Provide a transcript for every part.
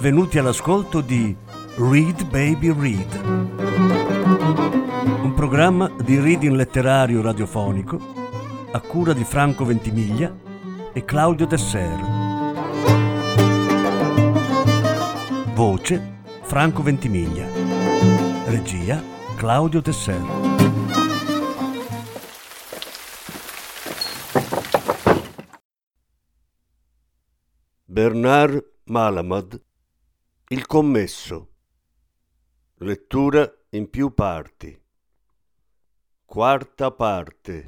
benvenuti all'ascolto di Read Baby Read, un programma di reading letterario radiofonico a cura di Franco Ventimiglia e Claudio Desser. Voce Franco Ventimiglia. Regia Claudio Desser. Bernard Malamud, Il commesso. Lettura in più parti. Quarta parte.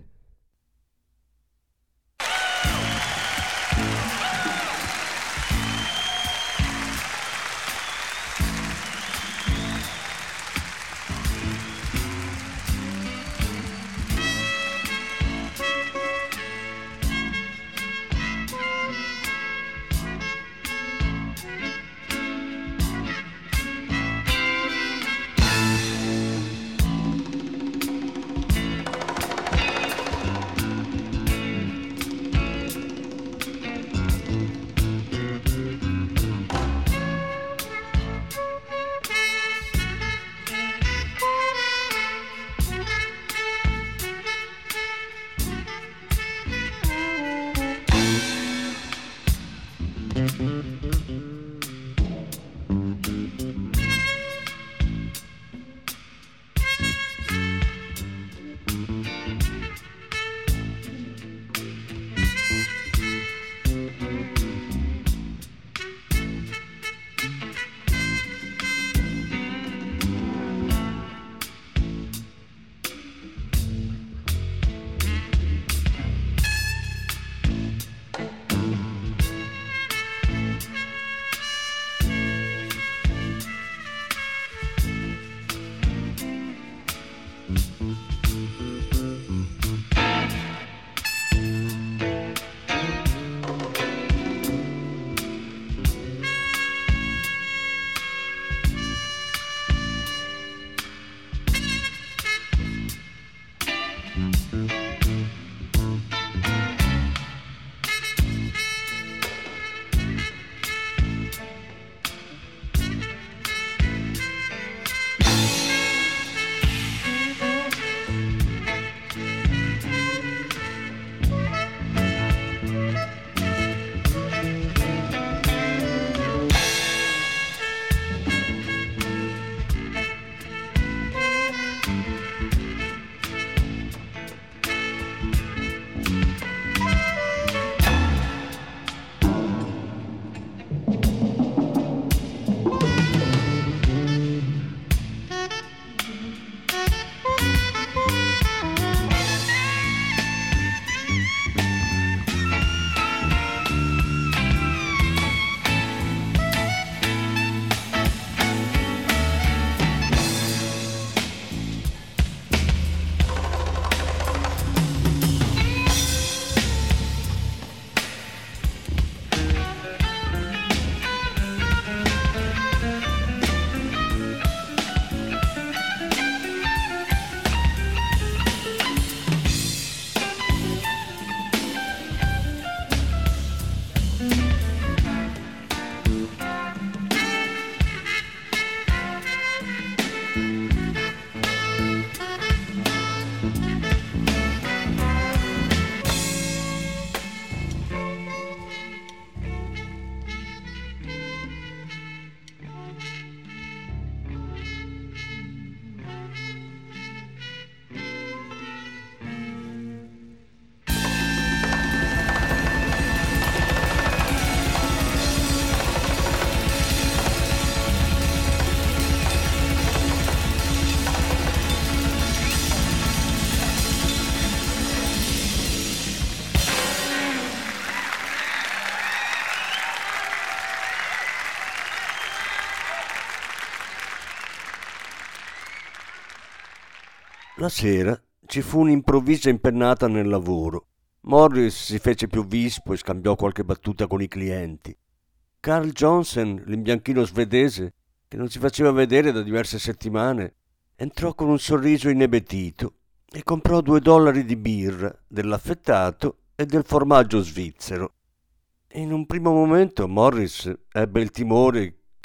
La sera ci fu un'improvvisa impennata nel lavoro. Morris si fece più vispo e scambiò qualche battuta con i clienti. Carl Johnson, l'imbianchino svedese, che non si faceva vedere da diverse settimane, entrò con un sorriso inebetito e comprò $2 di birra, dell'affettato e del formaggio svizzero. In un primo momento Morris ebbe il timore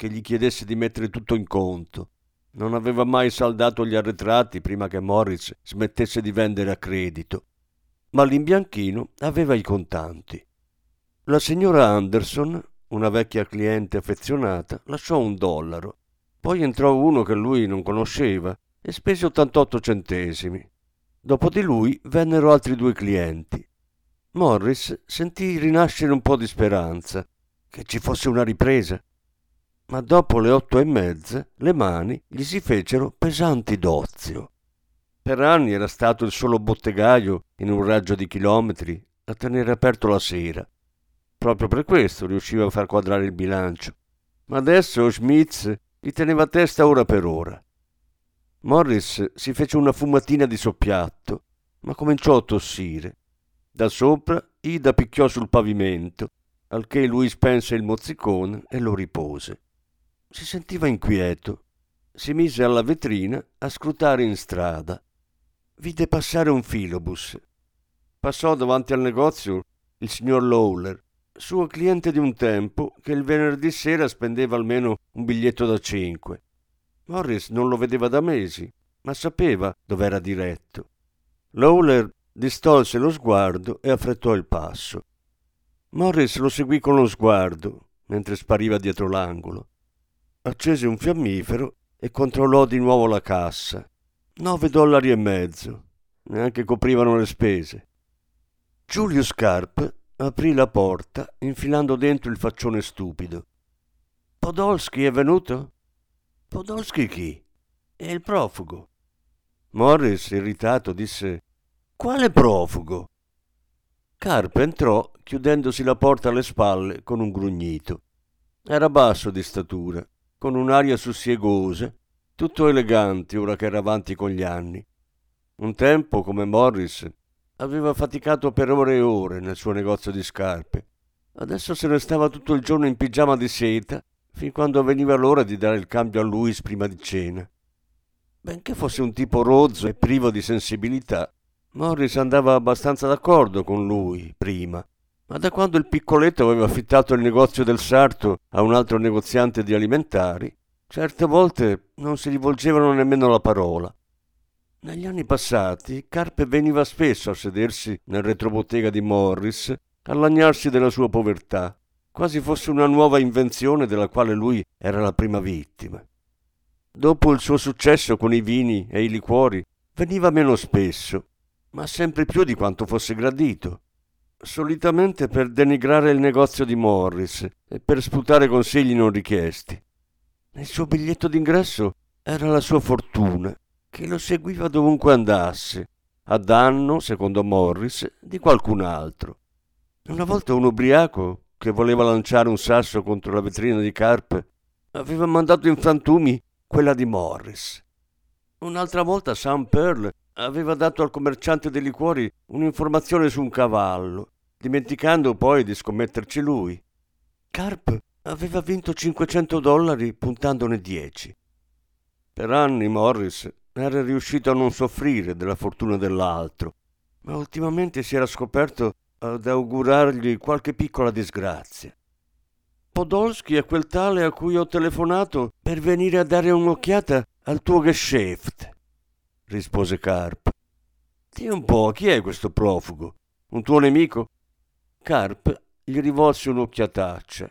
che gli chiedesse di mettere tutto in conto. Non aveva mai saldato gli arretrati prima che Morris smettesse di vendere a credito. Ma l'imbianchino aveva i contanti. La signora Anderson, una vecchia cliente affezionata, lasciò $1. Poi entrò uno che lui non conosceva e spese 88 centesimi. Dopo di lui vennero altri 2 clienti. Morris sentì rinascere un po' di speranza, che ci fosse una ripresa. Ma dopo le 8:30 le mani gli si fecero pesanti d'ozio. Per anni era stato il solo bottegaio in un raggio di chilometri a tenere aperto la sera. Proprio per questo riusciva a far quadrare il bilancio. Ma adesso Schmitz gli teneva testa ora per ora. Morris si fece una fumatina di soppiatto, ma cominciò a tossire. Da sopra Ida picchiò sul pavimento, al che lui spense il mozzicone e lo ripose. Si sentiva inquieto. Si mise alla vetrina a scrutare in strada. Vide passare un filobus. Passò davanti al negozio il signor Lawler, suo cliente di un tempo, che il venerdì sera spendeva almeno un biglietto da 5. Morris non lo vedeva da mesi, ma sapeva dove era diretto. Lawler distolse lo sguardo e affrettò il passo. Morris lo seguì con lo sguardo mentre spariva dietro l'angolo. Accese un fiammifero e controllò di nuovo la cassa. $9,50. Neanche coprivano le spese. Julius Carp aprì la porta infilando dentro il faccione stupido. «Podolsky è venuto?» «Podolsky chi?» «È il profugo». Morris, irritato, disse: «Quale profugo?» Carp entrò chiudendosi la porta alle spalle con un grugnito. Era basso di statura, con un'aria sussiegosa, tutto elegante ora che era avanti con gli anni. Un tempo, come Morris, aveva faticato per ore e ore nel suo negozio di scarpe. Adesso se ne stava tutto il giorno in pigiama di seta, fin quando veniva l'ora di dare il cambio a Louis prima di cena. Benché fosse un tipo rozzo e privo di sensibilità, Morris andava abbastanza d'accordo con lui prima, ma da quando il piccoletto aveva affittato il negozio del sarto a un altro negoziante di alimentari, certe volte non si rivolgevano nemmeno la parola. Negli anni passati Carp veniva spesso a sedersi nel retrobottega di Morris a lagnarsi della sua povertà, quasi fosse una nuova invenzione della quale lui era la prima vittima. Dopo il suo successo con i vini e i liquori veniva meno spesso, ma sempre più di quanto fosse gradito, solitamente per denigrare il negozio di Morris e per sputare consigli non richiesti. Nel suo biglietto d'ingresso era la sua fortuna, che lo seguiva dovunque andasse, a danno, secondo Morris, di qualcun altro. Una volta un ubriaco, che voleva lanciare un sasso contro la vetrina di Carp, aveva mandato in frantumi quella di Morris. Un'altra volta Sam Pearl aveva dato al commerciante dei liquori un'informazione su un cavallo, dimenticando poi di scommetterci lui. Carp aveva vinto $500 puntandone 10. Per anni Morris era riuscito a non soffrire della fortuna dell'altro, ma ultimamente si era scoperto ad augurargli qualche piccola disgrazia. «Podolsky è quel tale a cui ho telefonato per venire a dare un'occhiata al tuo Geschäft», rispose Carp. «Dì un po', chi è questo profugo? Un tuo nemico?» Carp gli rivolse un'occhiataccia.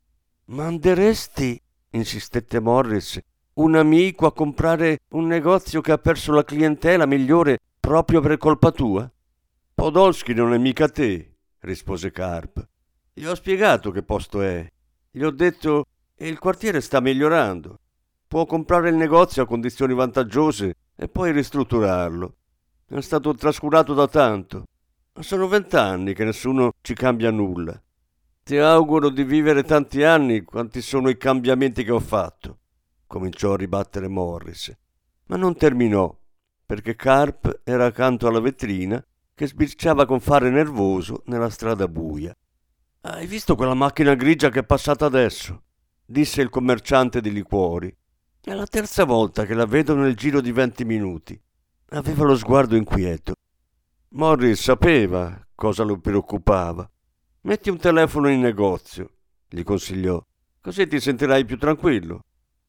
«Manderesti», insistette Morris, «un amico a comprare un negozio che ha perso la clientela migliore proprio per colpa tua?» «Podolsky non è mica te», rispose Carp. «Gli ho spiegato che posto è. Gli ho detto che il quartiere sta migliorando. Può comprare il negozio a condizioni vantaggiose e poi ristrutturarlo. È stato trascurato da tanto. Ma sono 20 anni che nessuno ci cambia nulla. Ti auguro di vivere tanti anni quanti sono i cambiamenti che ho fatto», cominciò a ribattere Morris. Ma non terminò, perché Carp era accanto alla vetrina che sbirciava con fare nervoso nella strada buia. «Hai visto quella macchina grigia che è passata adesso?» disse il commerciante di liquori. «È la terza volta che la vedo nel giro di 20 minuti. Aveva lo sguardo inquieto. Morris sapeva cosa lo preoccupava. «Metti un telefono in negozio», gli consigliò. così ti sentirai più tranquillo.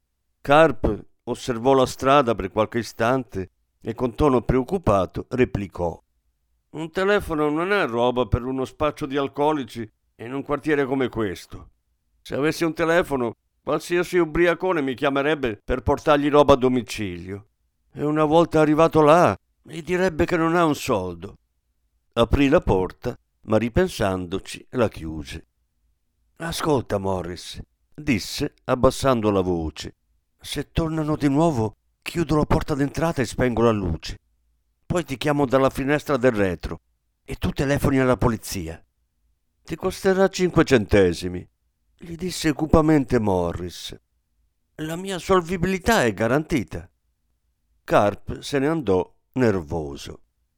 Carp osservò la strada per qualche istante e con tono preoccupato replicò: un telefono non è roba per uno spaccio di alcolici in un quartiere come questo. Se avessi un telefono, qualsiasi ubriacone mi chiamerebbe per portargli roba a domicilio. E una volta arrivato là, mi direbbe che non ha un soldo. Aprì la porta, ma ripensandoci la chiuse. Ascolta, Morris, disse abbassando la voce. Se tornano di nuovo, chiudo la porta d'entrata e spengo la luce. Poi ti chiamo dalla finestra del retro e tu telefoni alla polizia. Ti costerà 5 centesimi, gli disse cupamente Morris. La mia solvibilità è garantita. Carp se ne andò nervoso.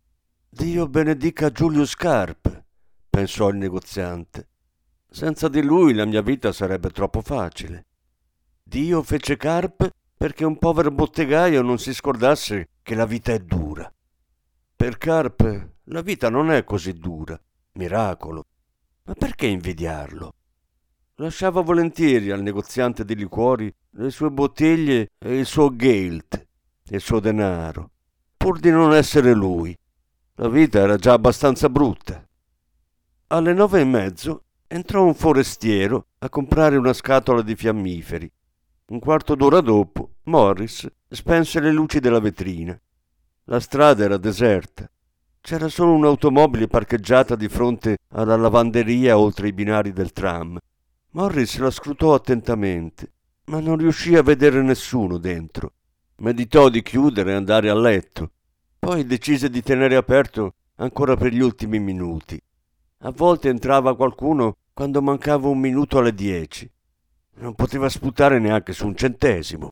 Dio benedica Julius Carp, pensò il negoziante. Senza di lui la mia vita sarebbe troppo facile. Dio fece Carp perché un povero bottegaio non si scordasse che la vita è dura. Per Carp la vita non è così dura, miracolo. Ma perché invidiarlo? Lasciava volentieri al negoziante di liquori le sue bottiglie e il suo Gelt, il suo denaro, pur di non essere lui. La vita era già abbastanza brutta. Alle 9:30 entrò un forestiero a comprare una scatola di fiammiferi. Un quarto d'ora dopo, Morris spense le luci della vetrina. La strada era deserta. C'era solo un'automobile parcheggiata di fronte alla lavanderia oltre i binari del tram. Morris la scrutò attentamente, ma non riuscì a vedere nessuno dentro. Meditò di chiudere e andare a letto. Poi decise di tenere aperto ancora per gli ultimi minuti. A volte entrava qualcuno quando mancava 1 minuto alle 10. Non poteva sputare neanche su 1 centesimo.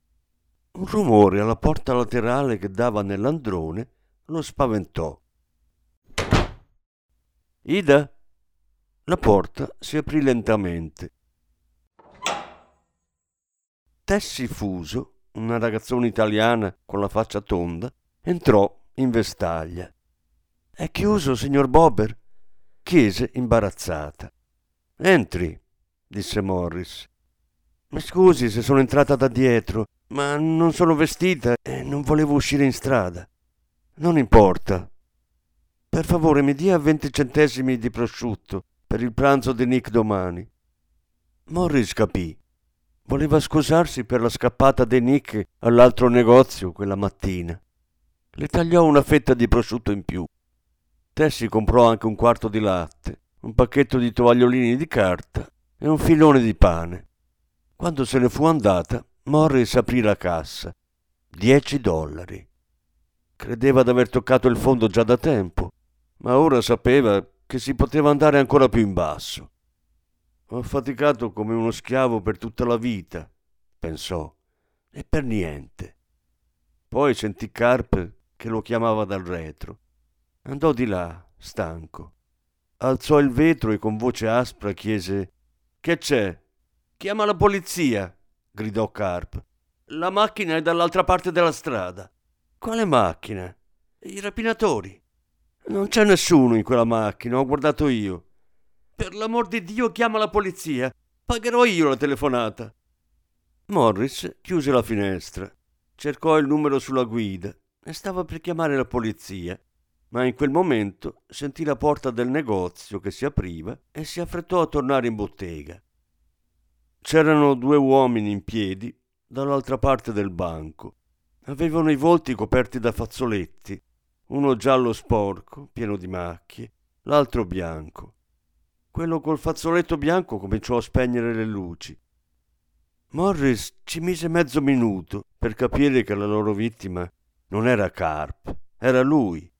Un rumore alla porta laterale che dava nell'androne lo spaventò. Ida? La porta si aprì lentamente. Tessie Fuso, una ragazzona italiana con la faccia tonda, entrò in vestaglia. È chiuso, signor Bober? Chiese imbarazzata. Entri, disse Morris. Mi scusi se sono entrata da dietro, ma non sono vestita e non volevo uscire in strada. Non importa. Per favore mi dia 20 centesimi di prosciutto per il pranzo di Nick domani. Morris capì. Voleva scusarsi per la scappata di Nick all'altro negozio quella mattina. Le tagliò una fetta di prosciutto in più. Tessie comprò anche un quarto di latte, un pacchetto di tovagliolini di carta e un filone di pane. Quando se ne fu andata, Morris aprì la cassa. $10. Credeva d'aver toccato il fondo già da tempo, ma ora sapeva che si poteva andare ancora più in basso. Ho faticato come uno schiavo per tutta la vita, pensò, e per niente. Poi sentì Carp che lo chiamava dal retro. Andò di là, stanco. Alzò il vetro e con voce aspra chiese: «Che c'è?» «Chiama la polizia!» gridò Carp. «La macchina è dall'altra parte della strada». «Quale macchina?» «I rapinatori». «Non c'è nessuno in quella macchina, ho guardato io». «Per l'amor di Dio, chiama la polizia! Pagherò io la telefonata!» Morris chiuse la finestra, cercò il numero sulla guida e stava per chiamare la polizia, ma in quel momento sentì la porta del negozio che si apriva e si affrettò a tornare in bottega. C'erano 2 uomini in piedi dall'altra parte del banco. Avevano i volti coperti da fazzoletti, uno giallo sporco, pieno di macchie, l'altro bianco. Quello col fazzoletto bianco cominciò a spegnere le luci. Morris ci mise mezzo minuto per capire che la loro vittima non era Carp, era lui.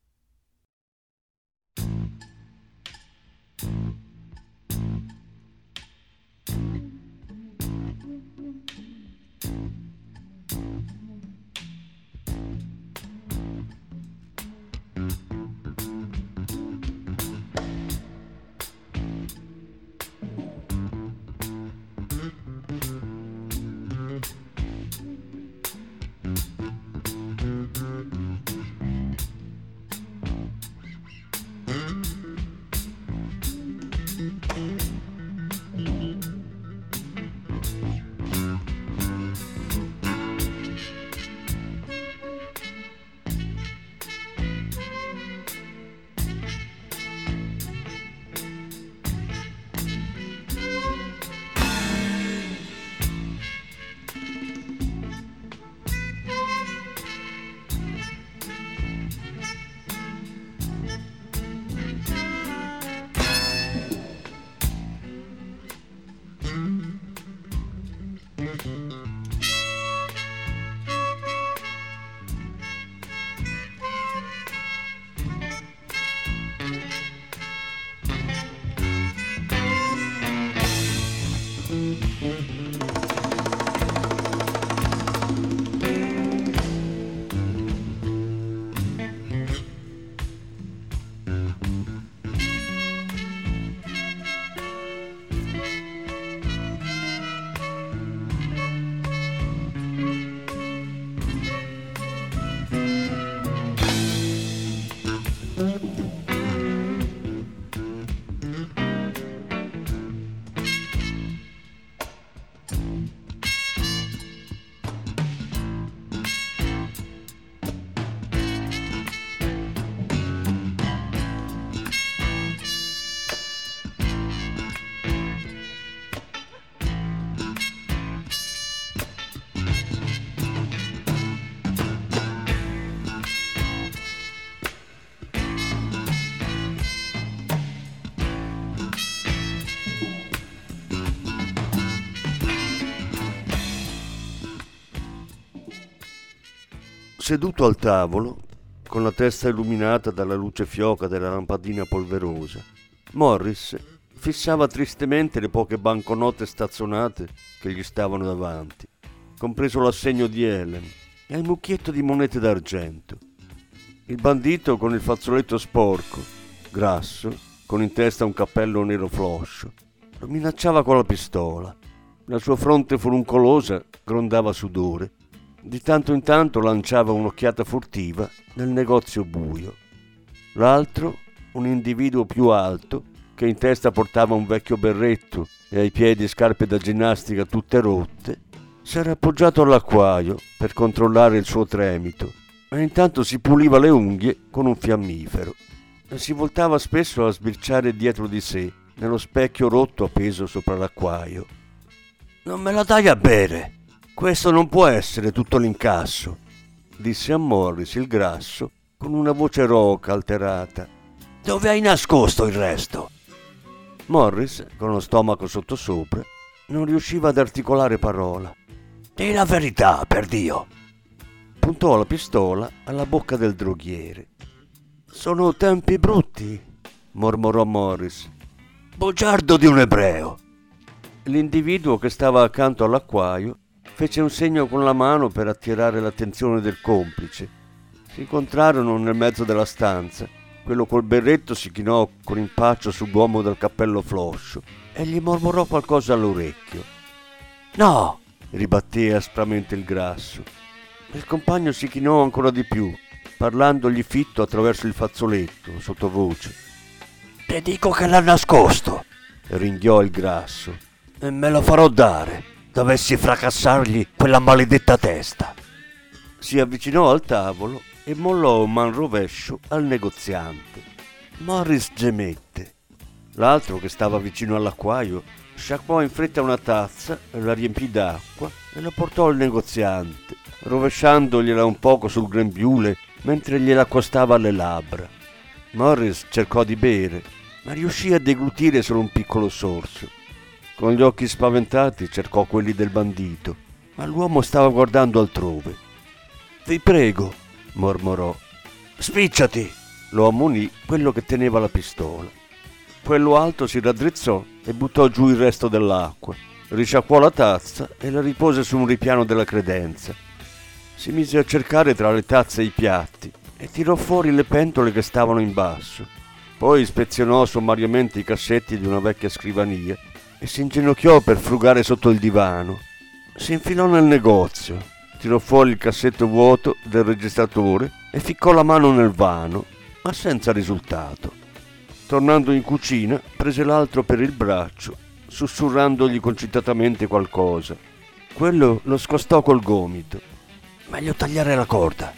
Seduto al tavolo, con la testa illuminata dalla luce fioca della lampadina polverosa, Morris fissava tristemente le poche banconote stazzonate che gli stavano davanti, compreso l'assegno di Helen e il mucchietto di monete d'argento. Il bandito, con il fazzoletto sporco, grasso, con in testa un cappello nero floscio, lo minacciava con la pistola. La sua fronte furuncolosa grondava sudore. Di tanto in tanto lanciava un'occhiata furtiva nel negozio buio. L'altro, un individuo più alto, che in testa portava un vecchio berretto e ai piedi scarpe da ginnastica tutte rotte, si era appoggiato all'acquaio per controllare il suo tremito e intanto si puliva le unghie con un fiammifero e si voltava spesso a sbirciare dietro di sé nello specchio rotto appeso sopra l'acquaio. «Non me la dai a bere? Questo non può essere tutto l'incasso», disse a Morris il grasso con una voce roca alterata. «Dove hai nascosto il resto?» Morris, con lo stomaco sottosopra, non riusciva ad articolare parola. «Dì la verità, per Dio!» Puntò la pistola alla bocca del droghiere. «Sono tempi brutti», mormorò Morris. «Bugiardo di un ebreo!» L'individuo che stava accanto all'acquaio fece un segno con la mano per attirare l'attenzione del complice. Si incontrarono nel mezzo della stanza. Quello col berretto si chinò con impaccio sull'uomo dal cappello floscio e gli mormorò qualcosa all'orecchio. «No!» ribatté aspramente il grasso. Il compagno si chinò ancora di più, parlandogli fitto attraverso il fazzoletto, sottovoce. «Te dico che l'ha nascosto!» ringhiò il grasso. «E me lo farò dare, dovessi fracassargli quella maledetta testa!» Si avvicinò al tavolo e mollò un manrovescio al negoziante. Morris gemette. L'altro, che stava vicino all'acquaio, sciacquò in fretta una tazza, la riempì d'acqua e la portò al negoziante, rovesciandogliela un poco sul grembiule mentre gliela accostava alle labbra. Morris cercò di bere, ma riuscì a deglutire solo un piccolo sorso. Con gli occhi spaventati cercò quelli del bandito, ma l'uomo stava guardando altrove. «Vi prego», mormorò. «Spicciati», lo ammonì quello che teneva la pistola. Quello alto si raddrizzò e buttò giù il resto dell'acqua, risciacquò la tazza e la ripose su un ripiano della credenza. Si mise a cercare tra le tazze e i piatti e tirò fuori le pentole che stavano in basso. Poi ispezionò sommariamente i cassetti di una vecchia scrivania e si inginocchiò per frugare sotto il divano. Si infilò nel negozio, tirò fuori il cassetto vuoto del registratore e ficcò la mano nel vano, ma senza risultato. Tornando in cucina, prese l'altro per il braccio, sussurrandogli concitatamente qualcosa. Quello lo scostò col gomito. «Meglio tagliare la corda.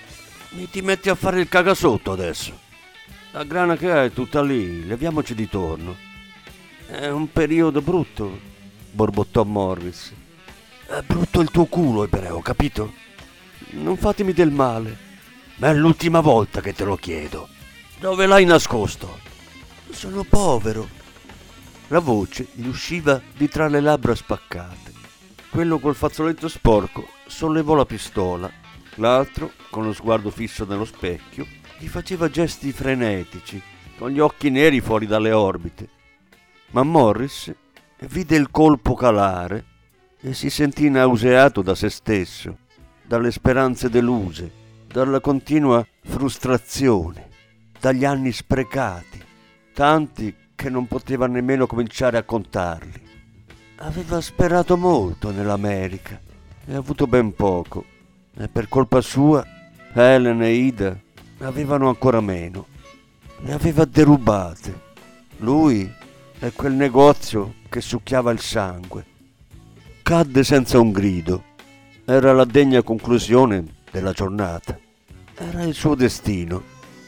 Mi ti metti a fare il cagasotto adesso. La grana che hai è tutta lì, leviamoci di torno». «È un periodo brutto», borbottò Morris. «È brutto il tuo culo, ebreo, capito? Non fatemi del male. Ma è l'ultima volta che te lo chiedo. Dove l'hai nascosto?» «Sono povero». La voce gli usciva di tra le labbra spaccate. Quello col fazzoletto sporco sollevò la pistola. L'altro, con lo sguardo fisso nello specchio, gli faceva gesti frenetici, con gli occhi neri fuori dalle orbite. Ma Morris vide il colpo calare e si sentì nauseato da se stesso, dalle speranze deluse, dalla continua frustrazione, dagli anni sprecati, tanti che non poteva nemmeno cominciare a contarli. Aveva sperato molto nell'America e ha avuto ben poco, e per colpa sua Helen e Ida avevano ancora meno. Le aveva derubate, lui e quel negozio che succhiava il sangue. Cadde senza un grido. Era la degna conclusione della giornata. Era il suo destino.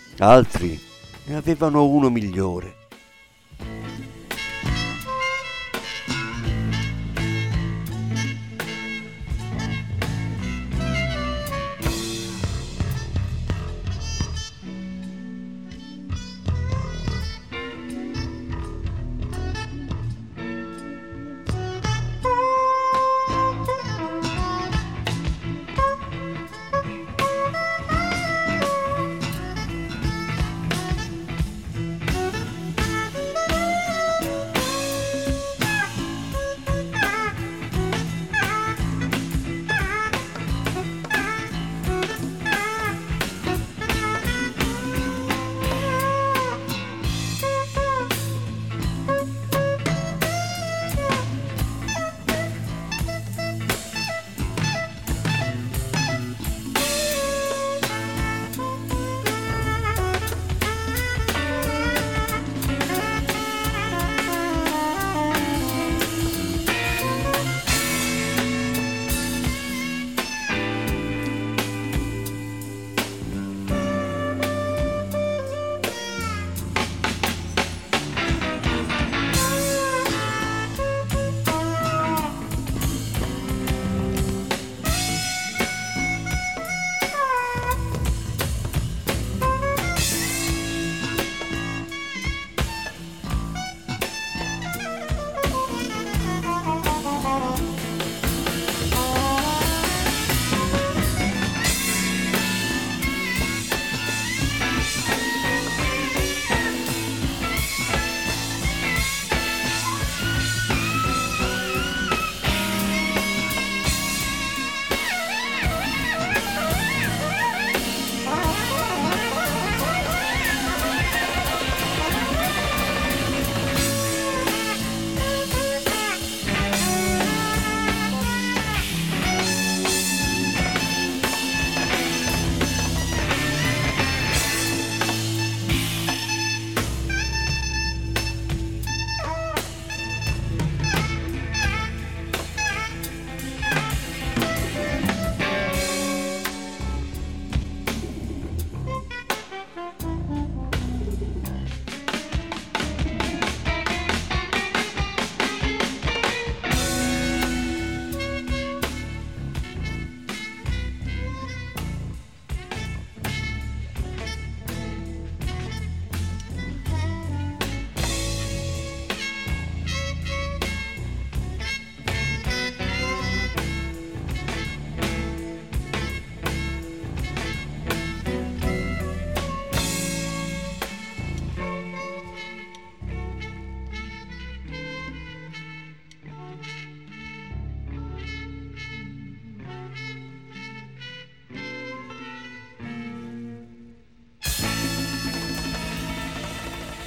Altri ne avevano uno migliore.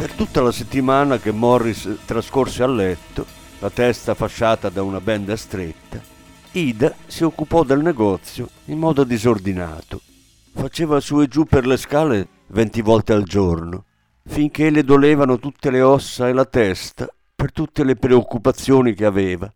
Per tutta la settimana che Morris trascorse a letto, la testa fasciata da una benda stretta, Ida si occupò del negozio in modo disordinato. Faceva su e giù per le scale 20 volte al giorno, finché le dolevano tutte le ossa e la testa per tutte le preoccupazioni che aveva.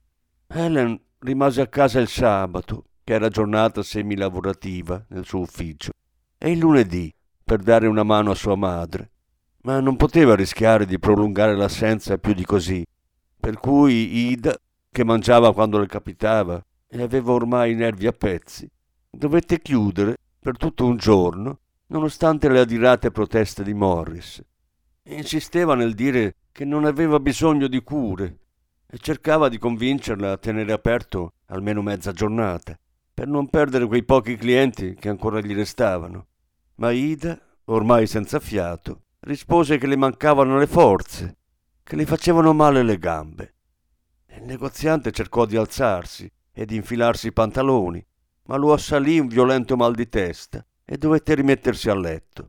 Helen rimase a casa il sabato, che era giornata semilavorativa nel suo ufficio, e il lunedì per dare una mano a sua madre, ma non poteva rischiare di prolungare l'assenza più di così, per cui Ida, che mangiava quando le capitava e aveva ormai i nervi a pezzi, dovette chiudere per tutto un giorno, nonostante le adirate proteste di Morris. Insisteva nel dire che non aveva bisogno di cure e cercava di convincerla a tenere aperto almeno mezza giornata, per non perdere quei pochi clienti che ancora gli restavano. Ma Ida, ormai senza fiato, rispose che le mancavano le forze, che le facevano male le gambe. Il negoziante cercò di alzarsi e di infilarsi i pantaloni, ma lo assalì un violento mal di testa e dovette rimettersi a letto.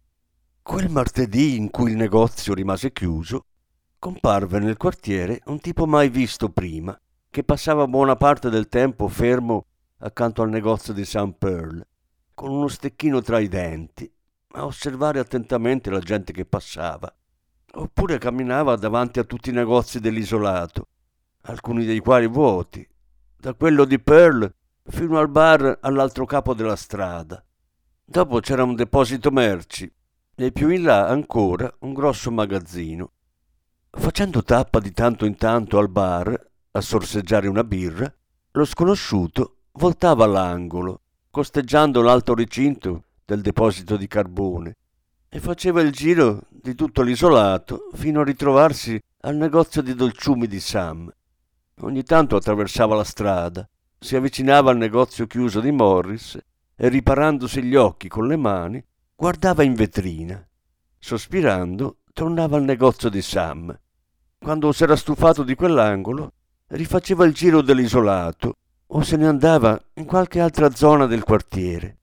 Quel martedì in cui il negozio rimase chiuso, comparve nel quartiere un tipo mai visto prima, che passava buona parte del tempo fermo accanto al negozio di Sam Pearl, con uno stecchino tra i denti, a osservare attentamente la gente che passava, oppure camminava davanti a tutti i negozi dell'isolato, alcuni dei quali vuoti, da quello di Pearl fino al bar all'altro capo della strada. Dopo c'era un deposito merci e più in là ancora un grosso magazzino. Facendo tappa di tanto in tanto al bar a sorseggiare una birra, lo sconosciuto voltava all'angolo, costeggiando l'alto recinto del deposito di carbone, e faceva il giro di tutto l'isolato fino a ritrovarsi al negozio di dolciumi di Sam. Ogni tanto attraversava la strada, si avvicinava al negozio chiuso di Morris e, riparandosi gli occhi con le mani, guardava in vetrina. Sospirando, tornava al negozio di Sam. Quando s'era stufato di quell'angolo, rifaceva il giro dell'isolato o se ne andava in qualche altra zona del quartiere.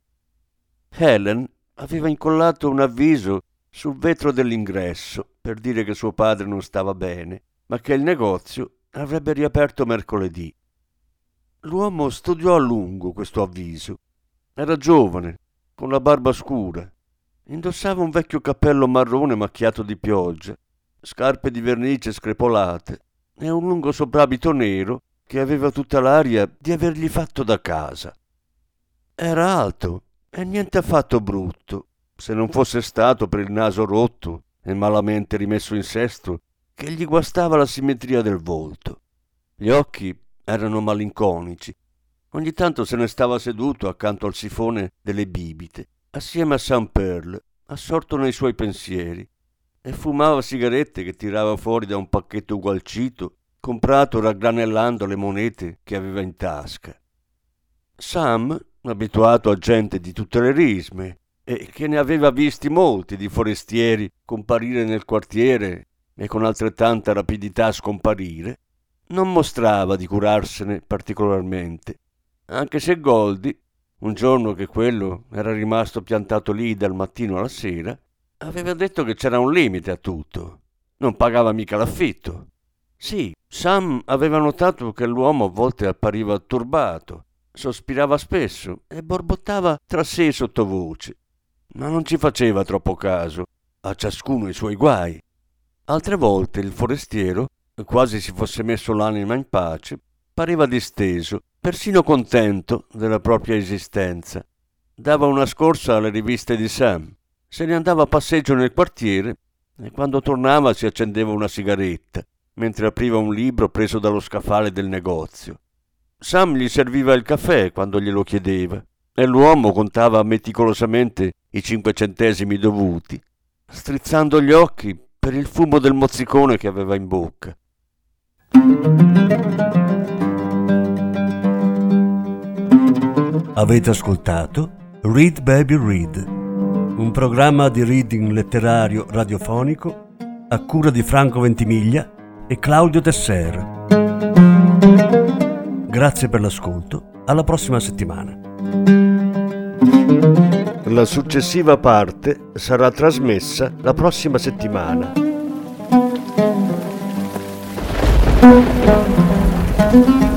Helen aveva incollato un avviso sul vetro dell'ingresso per dire che suo padre non stava bene, ma che il negozio avrebbe riaperto mercoledì. L'uomo studiò a lungo questo avviso. Era giovane, con la barba scura. Indossava un vecchio cappello marrone macchiato di pioggia, scarpe di vernice screpolate e un lungo soprabito nero che aveva tutta l'aria di avergli fatto da casa. Era alto e niente affatto brutto, se non fosse stato per il naso rotto e malamente rimesso in sesto che gli guastava la simmetria del volto. Gli occhi erano malinconici. Ogni tanto se ne stava seduto accanto al sifone delle bibite, assieme a Sam Pearl, assorto nei suoi pensieri, e fumava sigarette che tirava fuori da un pacchetto gualcito, comprato raggranellando le monete che aveva in tasca. Sam, abituato a gente di tutte le risme, e che ne aveva visti molti di forestieri comparire nel quartiere e con altrettanta rapidità scomparire, non mostrava di curarsene particolarmente, anche se Goldie, un giorno che quello era rimasto piantato lì dal mattino alla sera, aveva detto che c'era un limite a tutto. Non pagava mica l'affitto. Sì, Sam aveva notato che l'uomo a volte appariva turbato, sospirava spesso e borbottava tra sé sottovoce, ma non ci faceva troppo caso, a ciascuno i suoi guai. Altre volte il forestiero, quasi si fosse messo l'anima in pace, pareva disteso, persino contento della propria esistenza. Dava una scorsa alle riviste di Sam, se ne andava a passeggio nel quartiere e quando tornava si accendeva una sigaretta, mentre apriva un libro preso dallo scaffale del negozio. Sam gli serviva il caffè quando glielo chiedeva e l'uomo contava meticolosamente i 5 centesimi dovuti, strizzando gli occhi per il fumo del mozzicone che aveva in bocca. Avete ascoltato Read Baby Read, un programma di reading letterario radiofonico a cura di Franco Ventimiglia e Claudio Tesser. Grazie per l'ascolto, alla prossima settimana. La successiva parte sarà trasmessa la prossima settimana.